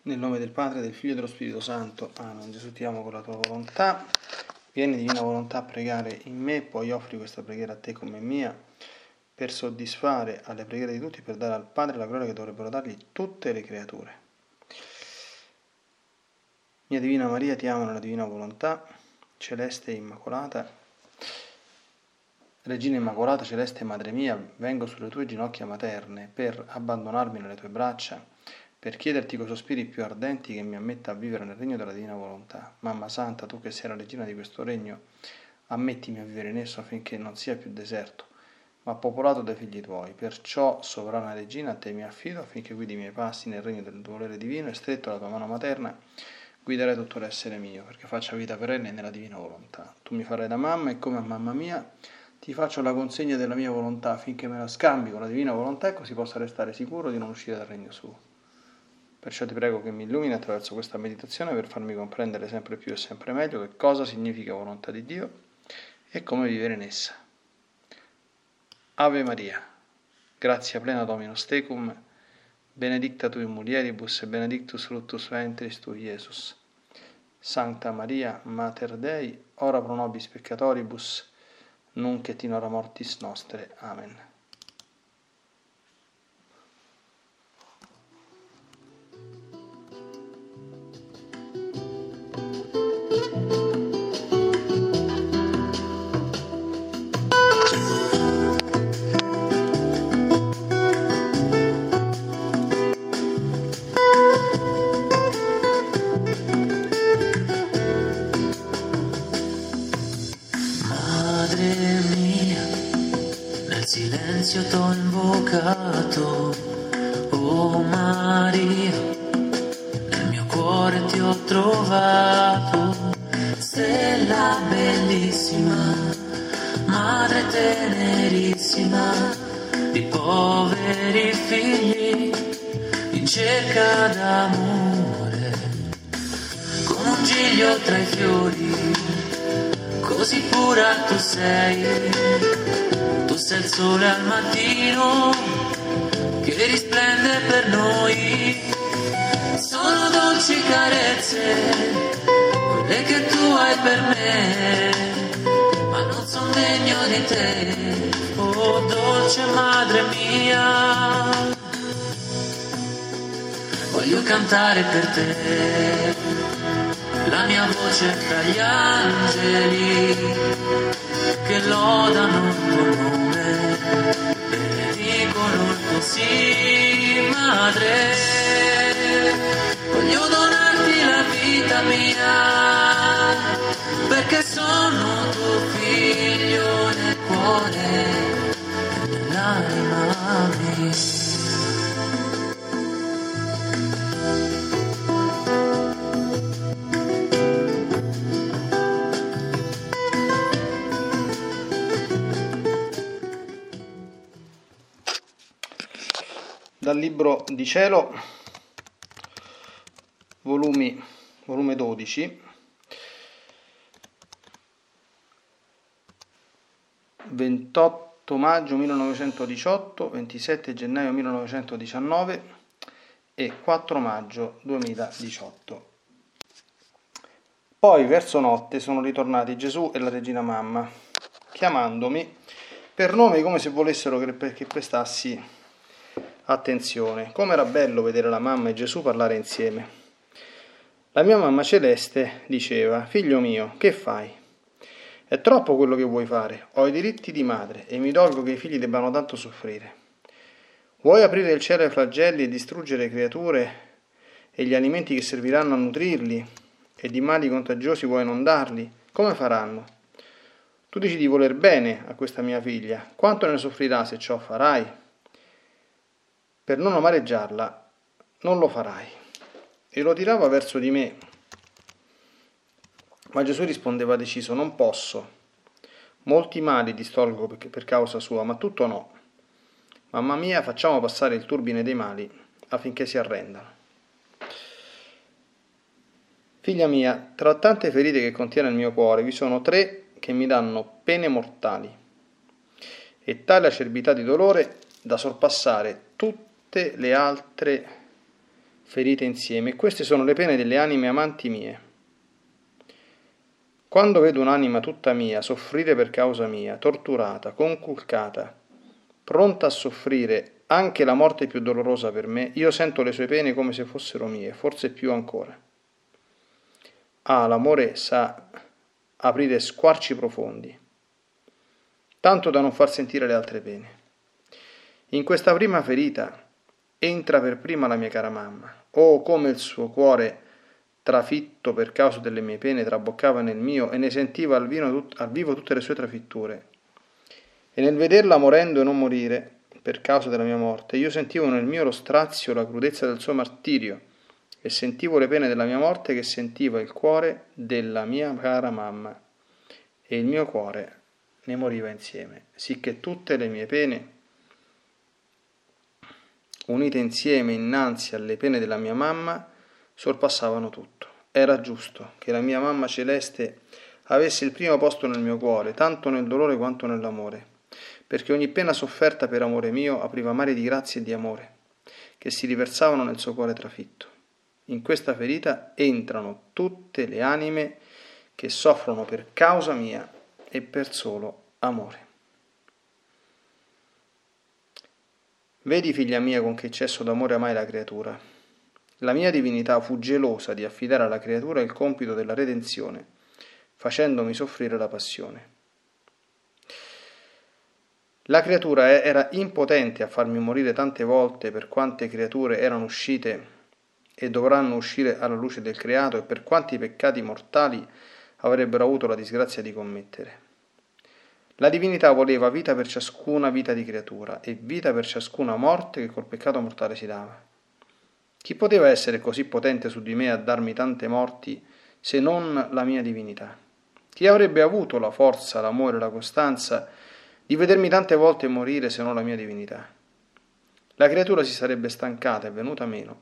Nel nome del Padre, del Figlio e dello Spirito Santo. Amen. Gesù, ti amo con la tua volontà. Vieni, divina volontà, a pregare in me, poi offri questa preghiera a te come mia, per soddisfare alle preghiere di tutti, per dare al Padre la gloria che dovrebbero dargli tutte le creature. Mia Divina Maria, ti amo nella divina volontà, celeste e immacolata. Regina Immacolata, celeste Madre mia, vengo sulle tue ginocchia materne per abbandonarmi nelle tue braccia, per chiederti coi sospiri più ardenti che mi ammetta a vivere nel regno della divina volontà. Mamma Santa, tu che sei la regina di questo regno, ammettimi a vivere in esso affinché non sia più deserto, ma popolato dai figli tuoi. Perciò, sovrana regina, a te mi affido affinché guidi i miei passi nel regno del tuo volere divino e stretto alla tua mano materna guiderai tutto l'essere mio, perché faccia vita perenne nella divina volontà. Tu mi farai da mamma e come a mamma mia ti faccio la consegna della mia volontà affinché me la scambi con la divina volontà e così possa restare sicuro di non uscire dal regno suo. Perciò ti prego che mi illumini attraverso questa meditazione per farmi comprendere sempre più e sempre meglio che cosa significa volontà di Dio e come vivere in essa. Ave Maria, grazia plena Dominus tecum, benedicta tu in mulieribus e benedictus fructus ventris tui, Iesus. Sancta Maria, Mater Dei, ora pro nobis peccatoribus, nunc et in hora mortis nostre. Amen. Silenzio t'ho invocato, oh Maria, nel mio cuore ti ho trovato, stella bellissima, madre tenerissima, di poveri figli in cerca d'amore, come un giglio tra i fiori, così pura tu sei. Tu sei il sole al mattino che risplende per noi, sono dolci carezze quelle che tu hai per me, ma non son degno di te, oh dolce madre mia. Voglio cantare per te la mia voce tra gli angeli che lodano il tuo nome, benedicono il tuo sì, madre. Voglio donarti la vita mia, perché sono tuo figlio nel cuore e nell'anima mia. Dal Libro di Cielo, volume 12, 28 maggio 1918, 27 gennaio 1919 e 4 maggio 2018. Poi verso notte sono ritornati Gesù e la Regina Mamma, chiamandomi per nome come se volessero che prestassi attenzione. Come era bello vedere la mamma e Gesù parlare insieme. La mia mamma celeste diceva: figlio mio, che fai? È troppo quello che vuoi fare. Ho i diritti di madre e mi dolgo che i figli debbano tanto soffrire. Vuoi aprire il cielo ai flagelli e distruggere le creature e gli alimenti che serviranno a nutrirli, e di mali contagiosi vuoi non darli? Come faranno? Tu dici di voler bene a questa mia figlia. Quanto ne soffrirà se ciò farai? Per non amareggiarla, non lo farai. E lo tirava verso di me. Ma Gesù rispondeva deciso: non posso. Molti mali distolgo per causa sua, ma tutto no. Mamma mia, facciamo passare il turbine dei mali affinché si arrendano. Figlia mia, tra tante ferite che contiene il mio cuore, vi sono 3 che mi danno pene mortali e tale acerbità di dolore da sorpassare tutte le altre ferite insieme, e queste sono le pene delle anime amanti mie. Quando vedo un'anima tutta mia soffrire per causa mia, torturata, conculcata, pronta a soffrire anche la morte più dolorosa per me, io sento le sue pene come se fossero mie, forse più ancora. Ah, l'amore sa aprire squarci profondi, tanto da non far sentire le altre pene. In questa prima ferita entra per prima la mia cara mamma. Oh, come il suo cuore trafitto per causa delle mie pene traboccava nel mio e ne sentiva al vivo tutte le sue trafitture. E nel vederla morendo e non morire per causa della mia morte, io sentivo nel mio lo strazio, la crudezza del suo martirio, e sentivo le pene della mia morte che sentiva il cuore della mia cara mamma, e il mio cuore ne moriva insieme, sicché tutte le mie pene, unite insieme innanzi alle pene della mia mamma, sorpassavano tutto. Era giusto che la mia mamma celeste avesse il primo posto nel mio cuore, tanto nel dolore quanto nell'amore, perché ogni pena sofferta per amore mio apriva mari di grazia e di amore, che si riversavano nel suo cuore trafitto. In questa ferita entrano tutte le anime che soffrono per causa mia e per solo amore. Vedi, figlia mia, con che eccesso d'amore amai la creatura. La mia divinità fu gelosa di affidare alla creatura il compito della redenzione, facendomi soffrire la passione. La creatura era impotente a farmi morire tante volte per quante creature erano uscite e dovranno uscire alla luce del creato e per quanti peccati mortali avrebbero avuto la disgrazia di commettere. La divinità voleva vita per ciascuna vita di creatura e vita per ciascuna morte che col peccato mortale si dava. Chi poteva essere così potente su di me a darmi tante morti se non la mia divinità? Chi avrebbe avuto la forza, l'amore e la costanza di vedermi tante volte morire se non la mia divinità? La creatura si sarebbe stancata e venuta meno.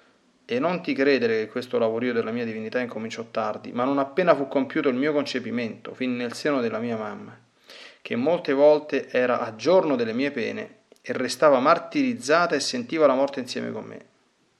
E non ti credere che questo lavorio della mia divinità incominciò tardi, ma non appena fu compiuto il mio concepimento, fin nel seno della mia mamma, che molte volte era a giorno delle mie pene e restava martirizzata e sentiva la morte insieme con me.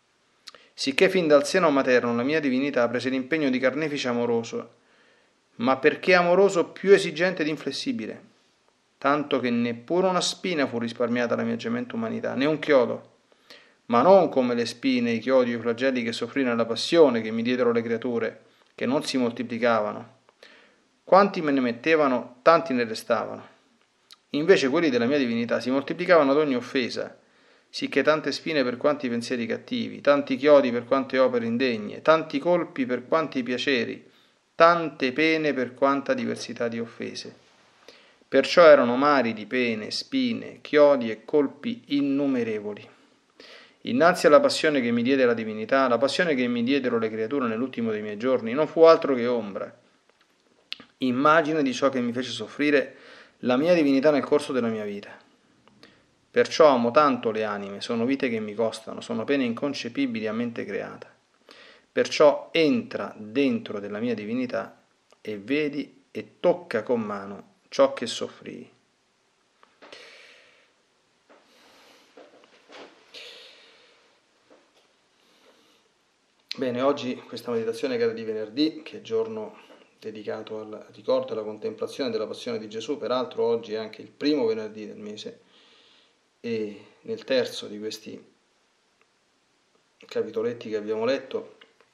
Sicché fin dal seno materno la mia divinità prese l'impegno di carnefice amoroso, ma perché amoroso più esigente ed inflessibile, tanto che neppure una spina fu risparmiata alla mia gementa umanità, né un chiodo, ma non come le spine, i chiodi e i flagelli che soffrì nella passione che mi diedero le creature, che non si moltiplicavano. Quanti me ne mettevano, tanti ne restavano. Invece quelli della mia divinità si moltiplicavano ad ogni offesa, sicché tante spine per quanti pensieri cattivi, tanti chiodi per quante opere indegne, tanti colpi per quanti piaceri, tante pene per quanta diversità di offese. Perciò erano mari di pene, spine, chiodi e colpi innumerevoli. Innanzi alla passione che mi diede la divinità, la passione che mi diedero le creature nell'ultimo dei miei giorni non fu altro che ombra, immagine di ciò che mi fece soffrire la mia divinità nel corso della mia vita. Perciò amo tanto le anime, sono vite che mi costano, sono pene inconcepibili a mente creata. Perciò entra dentro della mia divinità e vedi e tocca con mano ciò che soffrii. Bene, oggi questa meditazione che era di venerdì, che è giorno dedicato al ricordo e alla contemplazione della passione di Gesù, peraltro oggi è anche il primo venerdì del mese, e nel terzo di questi capitoletti che abbiamo letto,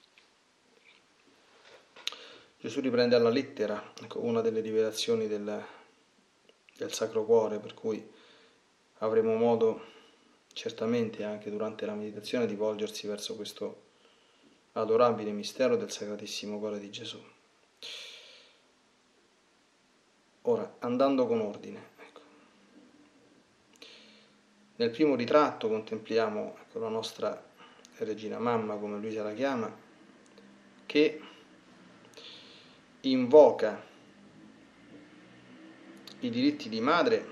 Gesù riprende alla lettera una delle rivelazioni del Sacro Cuore, per cui avremo modo certamente anche durante la meditazione di volgersi verso questo adorabile mistero del Sacratissimo Cuore di Gesù. Ora, andando con ordine, nel primo ritratto contempliamo la nostra Regina Mamma, come Luisa la chiama, che invoca i diritti di madre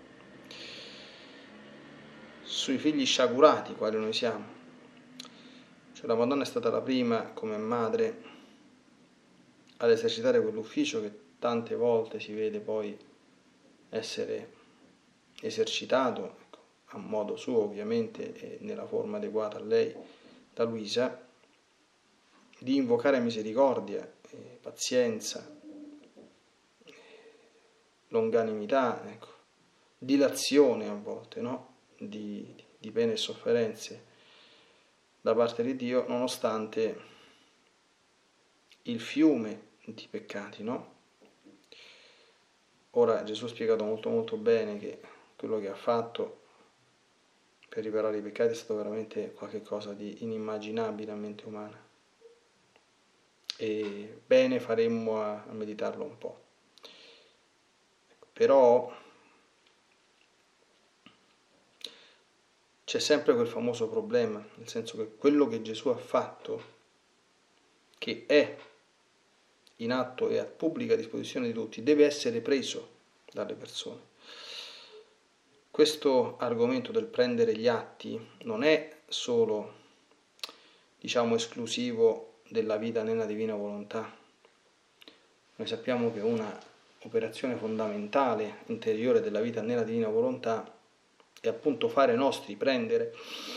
sui figli sciagurati, quali noi siamo. Cioè la Madonna è stata la prima, come madre, ad esercitare quell'ufficio che tante volte si vede poi essere esercitato, a modo suo ovviamente e nella forma adeguata a lei, da Luisa, di invocare misericordia, pazienza, longanimità, ecco, dilazione a volte, no? Di pene e sofferenze da parte di Dio, nonostante il fiume di peccati, no? Ora Gesù ha spiegato molto molto bene che quello che ha fatto per riparare i peccati è stato veramente qualcosa di inimmaginabile a mente umana. E bene faremmo a meditarlo un po'. Però c'è sempre quel famoso problema, nel senso che quello che Gesù ha fatto, che è in atto e a pubblica disposizione di tutti, deve essere preso dalle persone. Questo argomento del prendere gli atti non è solo, diciamo, esclusivo della vita nella divina volontà. Noi sappiamo che una operazione fondamentale interiore della vita nella divina volontà è appunto fare nostri, prendere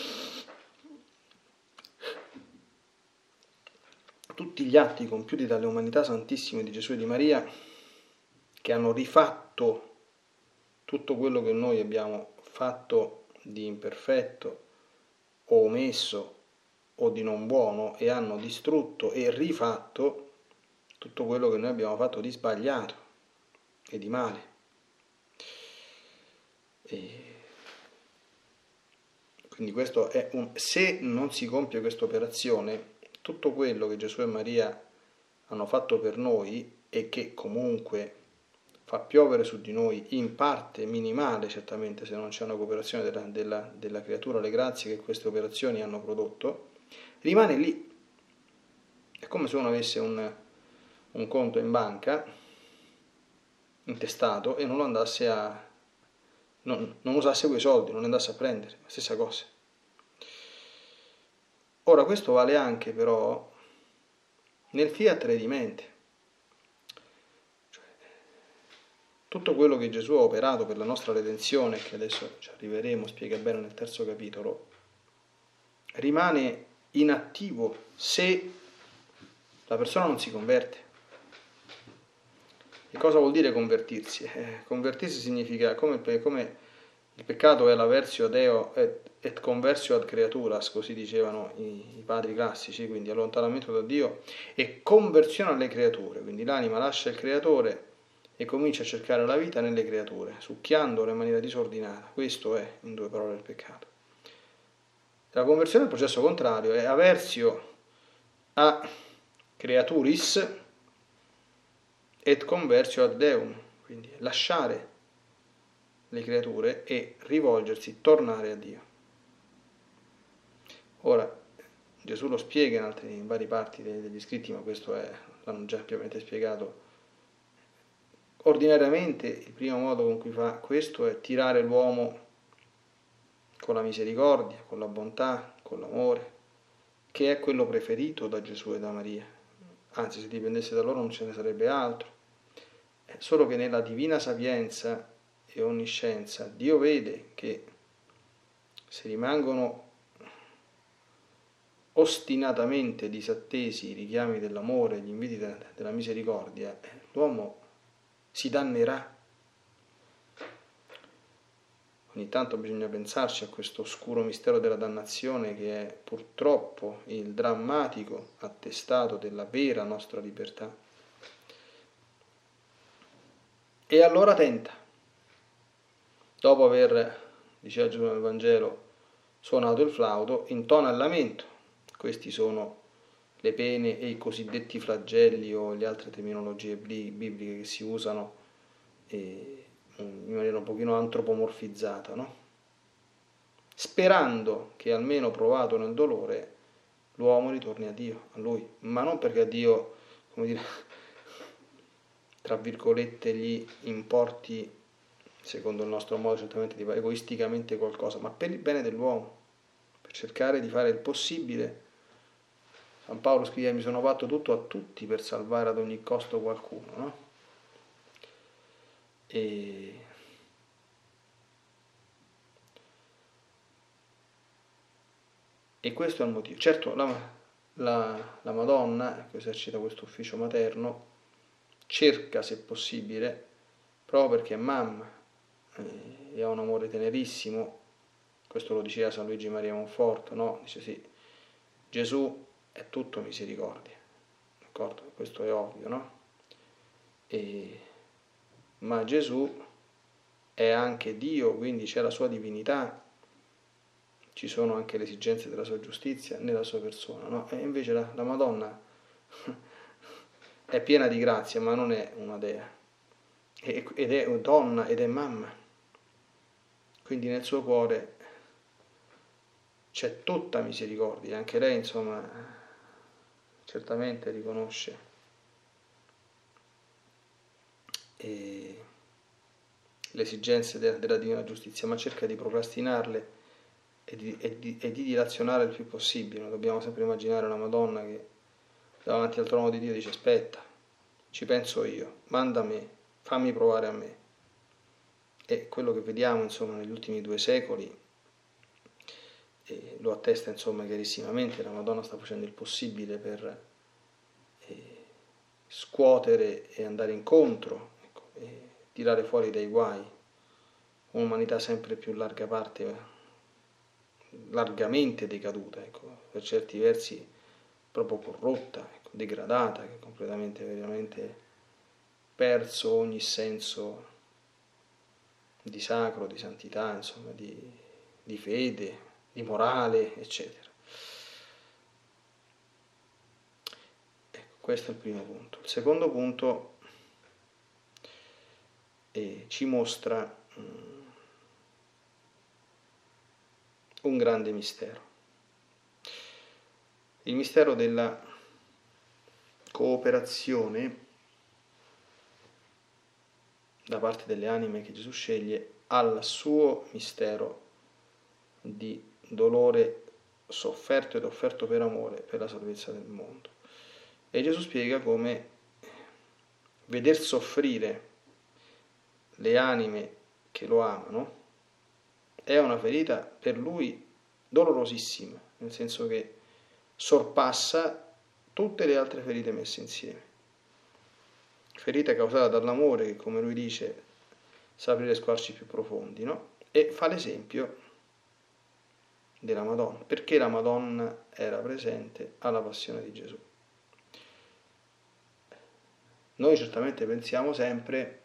tutti gli atti compiuti dalle umanità santissime di Gesù e di Maria, che hanno rifatto tutto quello che noi abbiamo fatto di imperfetto o omesso o di non buono, e hanno distrutto e rifatto tutto quello che noi abbiamo fatto di sbagliato e di male. E quindi questo è se non si compie questa operazione, tutto quello che Gesù e Maria hanno fatto per noi e che comunque fa piovere su di noi, in parte minimale certamente, se non c'è una cooperazione della creatura, le grazie che queste operazioni hanno prodotto, rimane lì. È come se uno avesse un conto in banca intestato e non lo andasse non usasse quei soldi, non andasse a prendere, la stessa cosa. Ora questo vale anche però nel fiat redimente. Tutto quello che Gesù ha operato per la nostra redenzione, che adesso ci arriveremo, spiega bene nel terzo capitolo, rimane inattivo se la persona non si converte. E cosa vuol dire convertirsi? Convertirsi significa, come il peccato è l'aversio Deo et conversio ad creaturas, così dicevano i padri classici, quindi allontanamento da Dio e conversione alle creature, quindi l'anima lascia il creatore e comincia a cercare la vita nelle creature, succhiandole in maniera disordinata. Questo è, in due parole, il peccato. La conversione è il processo contrario, è aversio a creaturis et conversio ad Deum, quindi lasciare le creature e rivolgersi, tornare a Dio. Ora, Gesù lo spiega in varie parti degli scritti, ma questo l'hanno già ampiamente spiegato. Ordinariamente il primo modo con cui fa questo è tirare l'uomo con la misericordia, con la bontà, con l'amore, che è quello preferito da Gesù e da Maria. Anzi, se dipendesse da loro non ce ne sarebbe altro. È solo che nella divina sapienza e onniscienza Dio vede che se rimangono ostinatamente disattesi i richiami dell'amore, gli inviti della misericordia, l'uomo si dannerà. Ogni tanto bisogna pensarci a questo oscuro mistero della dannazione, che è purtroppo il drammatico attestato della vera nostra libertà. E allora tenta, dopo aver, diceva Gesù nel Vangelo, suonato il flauto, intona il lamento. Questi sono le pene e i cosiddetti flagelli o le altre terminologie bibliche che si usano in maniera un pochino antropomorfizzata, no? Sperando che almeno provato nel dolore l'uomo ritorni a Dio, a Lui, ma non perché a Dio, come dire, tra virgolette, gli importi, secondo il nostro modo certamente di fare, egoisticamente qualcosa, ma per il bene dell'uomo, per cercare di fare il possibile. San Paolo scrive: mi sono fatto tutto a tutti per salvare ad ogni costo qualcuno, no? E E questo è il motivo. Certo, la Madonna, che esercita questo ufficio materno, cerca, se possibile, proprio perché è mamma e ha un amore tenerissimo, questo lo diceva San Luigi Maria Monforto, no? Dice sì, Gesù è tutto misericordia, d'accordo? Questo è ovvio, no? Ma Gesù è anche Dio, quindi c'è la sua divinità, ci sono anche le esigenze della sua giustizia nella sua persona, no? E invece la Madonna è piena di grazia, ma non è una dea, ed è donna ed è mamma, quindi nel suo cuore c'è tutta misericordia, anche lei insomma certamente riconosce le esigenze della divina giustizia, ma cerca di procrastinarle e di dilazionare il più possibile. Non dobbiamo sempre immaginare una Madonna che davanti al trono di Dio dice aspetta, ci penso io, manda a me, fammi provare a me. E quello che vediamo insomma negli ultimi 2 secoli lo attesta insomma chiarissimamente, la Madonna sta facendo il possibile per scuotere e andare incontro, ecco, e tirare fuori dai guai un'umanità sempre più largamente decaduta, ecco, per certi versi proprio corrotta, ecco, degradata, che completamente veramente perso ogni senso di sacro, di santità, insomma, di fede, di morale, eccetera. Ecco, questo è il primo punto. Il secondo punto ci mostra un grande mistero. Il mistero della cooperazione da parte delle anime che Gesù sceglie al suo mistero di dolore sofferto ed offerto per amore per la salvezza del mondo. E Gesù spiega come veder soffrire le anime che lo amano è una ferita per lui dolorosissima, nel senso che sorpassa tutte le altre ferite messe insieme. Ferita causata dall'amore che, come lui dice, sa aprire squarci più profondi, no? E fa l'esempio della Madonna, perché la Madonna era presente alla passione di Gesù. Noi certamente pensiamo sempre,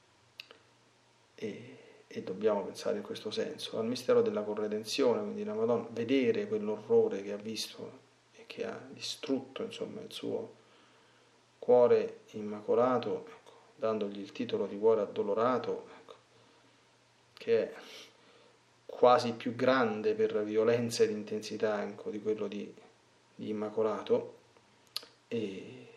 e dobbiamo pensare in questo senso, al mistero della corredenzione, quindi la Madonna, vedere quell'orrore che ha visto e che ha distrutto insomma il suo cuore immacolato, ecco, dandogli il titolo di cuore addolorato, ecco, che è quasi più grande per violenza ed intensità, ecco, di quello di Immacolato, e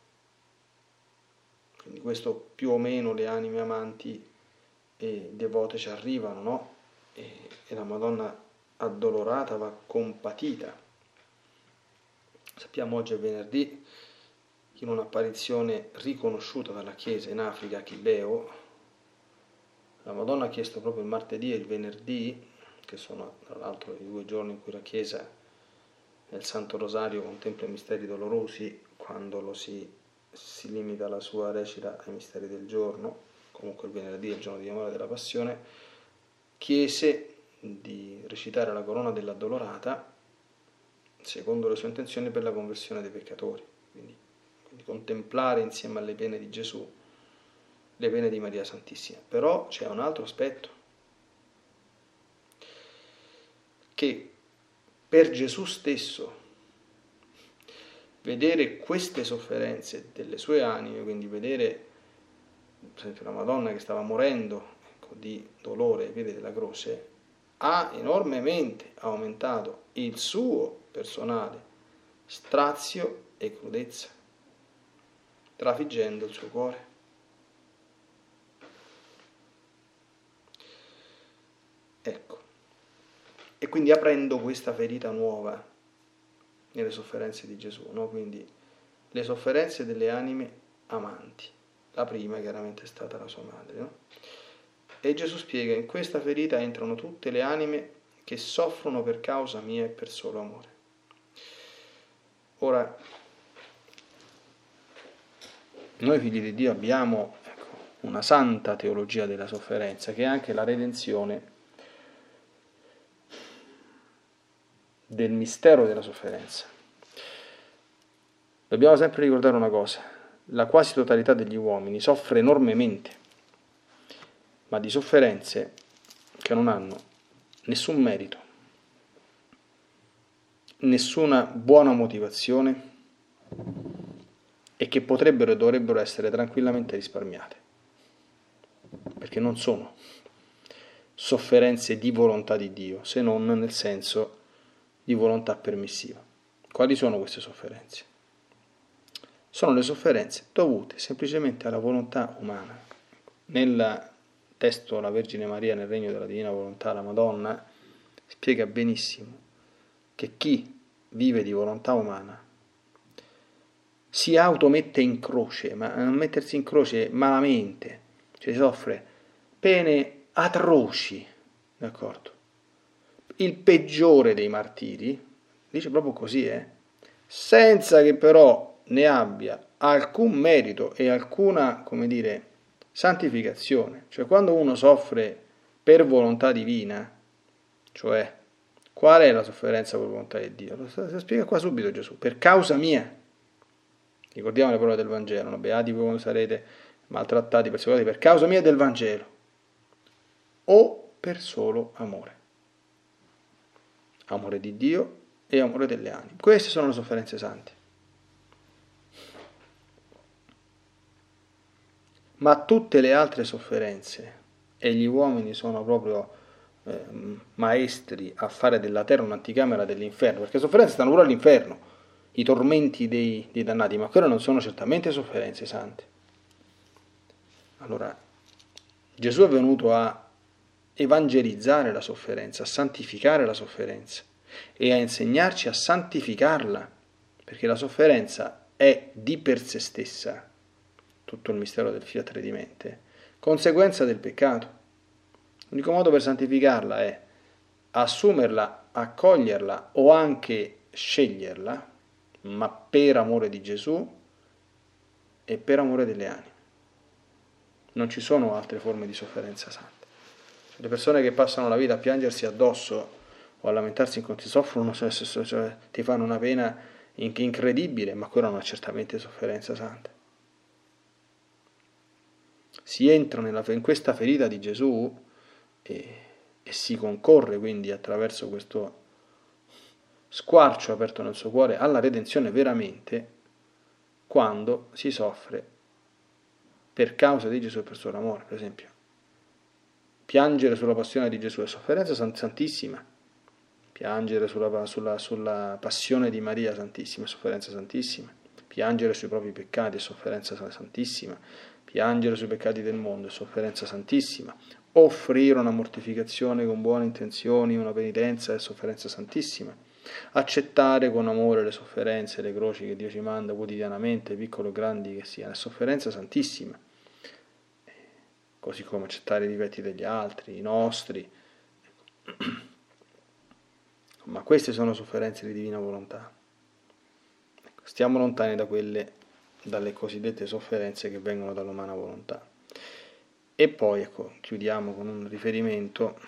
quindi questo più o meno le anime amanti e devote ci arrivano, no? E la Madonna addolorata va compatita. Sappiamo oggi è venerdì, in un'apparizione riconosciuta dalla Chiesa in Africa, a Chibeo, la Madonna ha chiesto proprio il martedì e il venerdì, che sono tra l'altro i 2 giorni in cui la Chiesa nel Santo Rosario contempla i misteri dolorosi, quando lo si limita la sua recita ai misteri del giorno, comunque il venerdì è il giorno di memoria della Passione, chiese di recitare la corona dell'addolorata secondo le sue intenzioni per la conversione dei peccatori, quindi contemplare insieme alle pene di Gesù le pene di Maria Santissima. Però c'è un altro aspetto, che per Gesù stesso vedere queste sofferenze delle sue anime, quindi vedere per esempio la Madonna che stava morendo, ecco, di dolore ai piedi della croce, ha enormemente aumentato il suo personale strazio e crudezza, trafiggendo il suo cuore. Ecco. E quindi aprendo questa ferita nuova nelle sofferenze di Gesù, no? Quindi le sofferenze delle anime amanti. La prima chiaramente è stata la sua madre, no? E Gesù spiega, in questa ferita entrano tutte le anime che soffrono per causa mia e per solo amore. Ora, noi figli di Dio abbiamo una santa teologia della sofferenza, che è anche la redenzione del mistero della sofferenza. Dobbiamo sempre ricordare una cosa: la quasi totalità degli uomini soffre enormemente, ma di sofferenze che non hanno nessun merito, nessuna buona motivazione e che potrebbero e dovrebbero essere tranquillamente risparmiate, perché non sono sofferenze di volontà di Dio, se non nel senso di volontà permissiva. Quali sono queste sofferenze? Sono le sofferenze dovute semplicemente alla volontà umana. Nel testo La Vergine Maria nel regno della Divina Volontà, la Madonna spiega benissimo che chi vive di volontà umana si automette in croce, ma non mettersi in croce malamente, cioè soffre pene atroci, d'accordo? Il peggiore dei martiri, dice proprio così, senza che però ne abbia alcun merito e alcuna, come dire, santificazione. Cioè quando uno soffre per volontà divina, cioè qual è la sofferenza per volontà di Dio? Lo spiega qua subito Gesù: per causa mia. Ricordiamo le parole del Vangelo: no? Beati voi quando sarete maltrattati, perseguitati per causa mia e del Vangelo, o per solo amore. Amore di Dio e amore delle anime. Queste sono le sofferenze sante. Ma tutte le altre sofferenze, e gli uomini sono proprio maestri a fare della terra un'anticamera dell'inferno, perché le sofferenze stanno pure all'inferno, i tormenti dei dannati, ma quelle non sono certamente sofferenze sante. Allora, Gesù è venuto a evangelizzare la sofferenza, a santificare la sofferenza e a insegnarci a santificarla, perché la sofferenza è di per sé stessa, tutto il mistero del fiat redimente, conseguenza del peccato. L'unico modo per santificarla è assumerla, accoglierla o anche sceglierla, ma per amore di Gesù e per amore delle anime. Non ci sono altre forme di sofferenza santa. Le persone che passano la vita a piangersi addosso o a lamentarsi in continuo soffrono, cioè, ti fanno una pena incredibile, ma quella non è certamente sofferenza santa. Si entra in questa ferita di Gesù e si concorre quindi attraverso questo squarcio aperto nel suo cuore alla redenzione veramente, quando si soffre per causa di Gesù e per suo amore. Per esempio, piangere sulla passione di Gesù è sofferenza santissima, piangere sulla passione di Maria santissima è sofferenza santissima, piangere sui propri peccati è sofferenza santissima, piangere sui peccati del mondo è sofferenza santissima, offrire una mortificazione con buone intenzioni, una penitenza è sofferenza santissima, accettare con amore le sofferenze, le croci che Dio ci manda quotidianamente, piccole o grandi che siano, è sofferenza santissima. Così come accettare i difetti degli altri, i nostri. Ma queste sono sofferenze di divina volontà. Stiamo lontani da dalle cosiddette sofferenze che vengono dall'umana volontà. E poi, chiudiamo con un riferimento.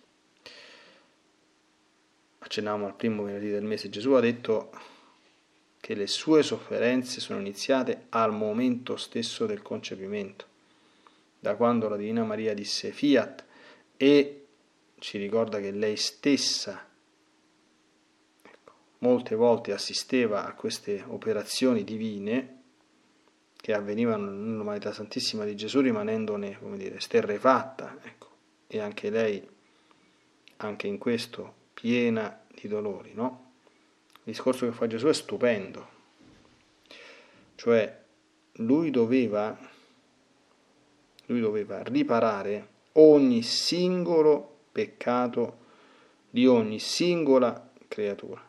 Accennavamo al primo venerdì del mese. Gesù ha detto che le sue sofferenze sono iniziate al momento stesso del concepimento, da quando la Divina Maria disse fiat, e ci ricorda che lei stessa molte volte assisteva a queste operazioni divine che avvenivano nell'umanità santissima di Gesù, rimanendone, come dire, sterrefatta, e anche lei, anche in questo, piena di dolori, no? Il discorso che fa Gesù è stupendo, cioè lui doveva riparare ogni singolo peccato di ogni singola creatura.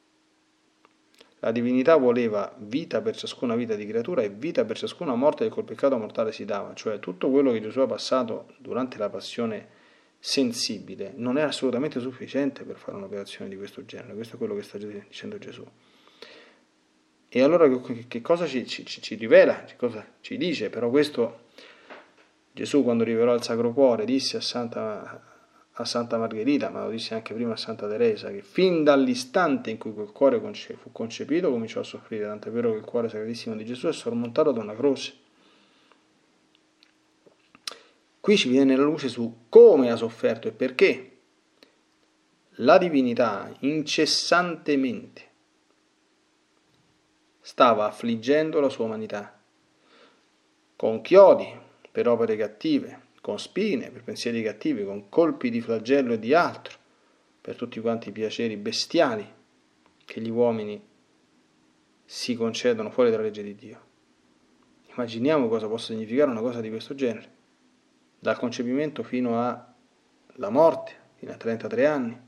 La divinità voleva vita per ciascuna vita di creatura e vita per ciascuna morte che col peccato mortale si dava, cioè tutto quello che Gesù ha passato durante la passione sensibile non è assolutamente sufficiente per fare un'operazione di questo genere. Questo è quello che sta dicendo Gesù. E allora che cosa ci rivela, che cosa ci dice? Però questo Gesù, quando rivelò il Sacro Cuore, disse a Santa Margherita, ma lo disse anche prima a Santa Teresa, che fin dall'istante in cui quel cuore fu concepito cominciò a soffrire, tant'è vero che il cuore sacratissimo di Gesù è sormontato da una croce. Qui ci viene la luce su come ha sofferto e perché. La divinità incessantemente stava affliggendo la sua umanità, con chiodi per opere cattive, con spine per pensieri cattivi, con colpi di flagello e di altro, per tutti quanti i piaceri bestiali che gli uomini si concedono fuori dalla legge di Dio. Immaginiamo cosa possa significare una cosa di questo genere, dal concepimento fino alla morte, fino a 33 anni.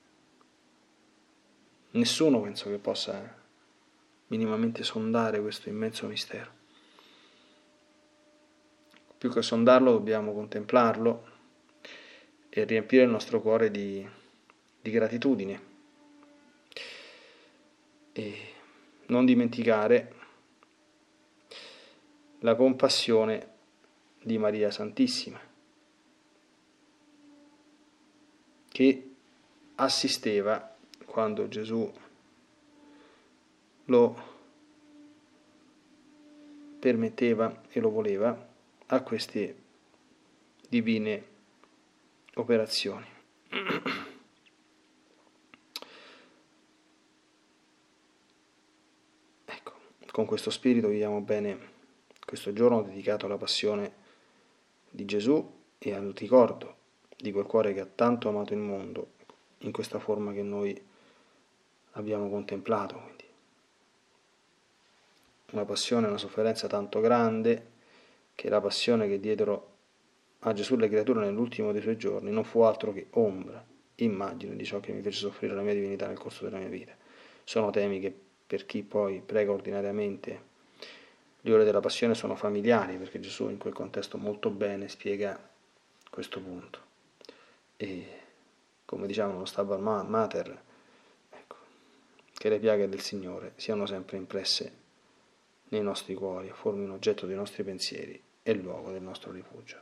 Nessuno penso che possa minimamente sondare questo immenso mistero. Più che sondarlo dobbiamo contemplarlo e riempire il nostro cuore di gratitudine e non dimenticare la compassione di Maria Santissima, che assisteva quando Gesù lo permetteva e lo voleva a queste divine operazioni. Ecco, con questo spirito viviamo bene questo giorno dedicato alla passione di Gesù e al ricordo di quel cuore che ha tanto amato il mondo in questa forma che noi abbiamo contemplato. Quindi una passione, una sofferenza tanto grande che la passione che diedero a Gesù le creature nell'ultimo dei suoi giorni non fu altro che ombra, immagine di ciò che mi fece soffrire la mia divinità nel corso della mia vita. Sono temi che per chi poi prega ordinariamente le ore della passione sono familiari, perché Gesù in quel contesto molto bene spiega questo punto. E come diciamo lo Stabat Mater, ecco, che le piaghe del Signore siano sempre impresse nei nostri cuori, formino oggetto dei nostri pensieri e luogo del nostro rifugio.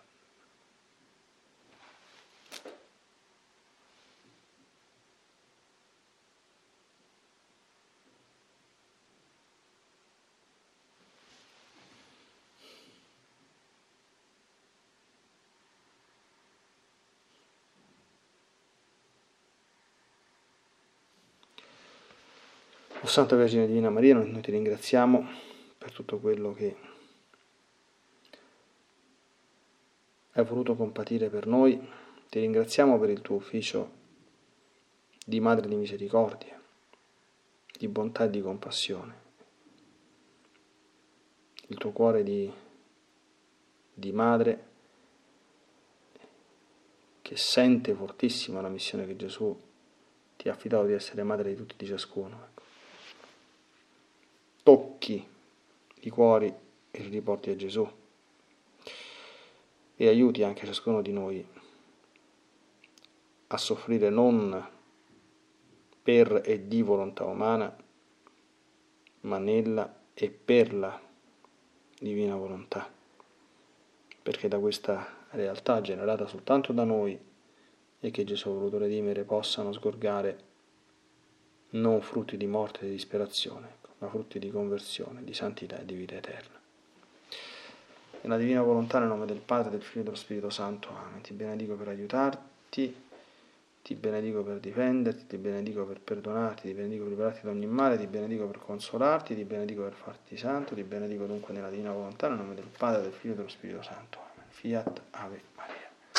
O Santa Vergine Divina Maria, noi ti ringraziamo per tutto quello che hai voluto compatire per noi, ti ringraziamo per il tuo ufficio di Madre di Misericordia, di bontà e di compassione, il tuo cuore di Madre che sente fortissima la missione che Gesù ti ha affidato di essere Madre di tutti e di ciascuno. Ecco. Tocchi i cuori e li riporti a Gesù e aiuti anche ciascuno di noi a soffrire non per e di volontà umana, ma nella e per la divina volontà, perché da questa realtà generata soltanto da noi e che Gesù ha voluto redimere possano sgorgare non frutti di morte e di disperazione, ma frutti di conversione, di santità e di vita eterna. Nella divina volontà, nel nome del Padre, del Figlio e dello Spirito Santo. Amen. Ti benedico per aiutarti, ti benedico per difenderti, ti benedico per perdonarti, ti benedico per liberarti da ogni male, ti benedico per consolarti, ti benedico per farti santo, ti benedico dunque nella divina volontà, nel nome del Padre, del Figlio e dello Spirito Santo. Amen. Fiat Ave Maria.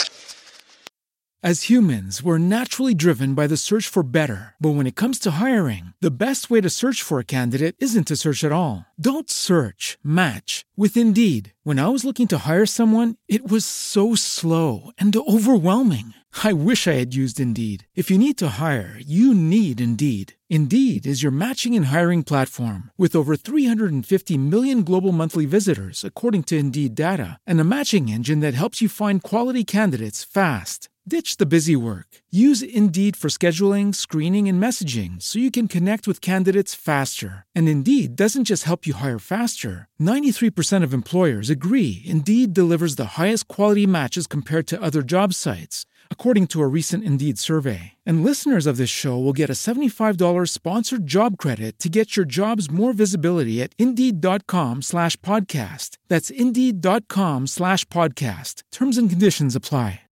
As humans, we're naturally driven by the search for better. But when it comes to hiring, the best way to search for a candidate isn't to search at all. Don't search, match with Indeed. When I was looking to hire someone, it was so slow and overwhelming. I wish I had used Indeed. If you need to hire, you need Indeed. Indeed is your matching and hiring platform with over 350 million global monthly visitors, according to Indeed data, and a matching engine that helps you find quality candidates fast. Ditch the busy work. Use Indeed for scheduling, screening, and messaging so you can connect with candidates faster. And Indeed doesn't just help you hire faster. 93% of employers agree Indeed delivers the highest quality matches compared to other job sites, according to a recent Indeed survey. And listeners of this show will get a $75 sponsored job credit to get your jobs more visibility at Indeed.com/podcast. That's Indeed.com/podcast. Terms and conditions apply.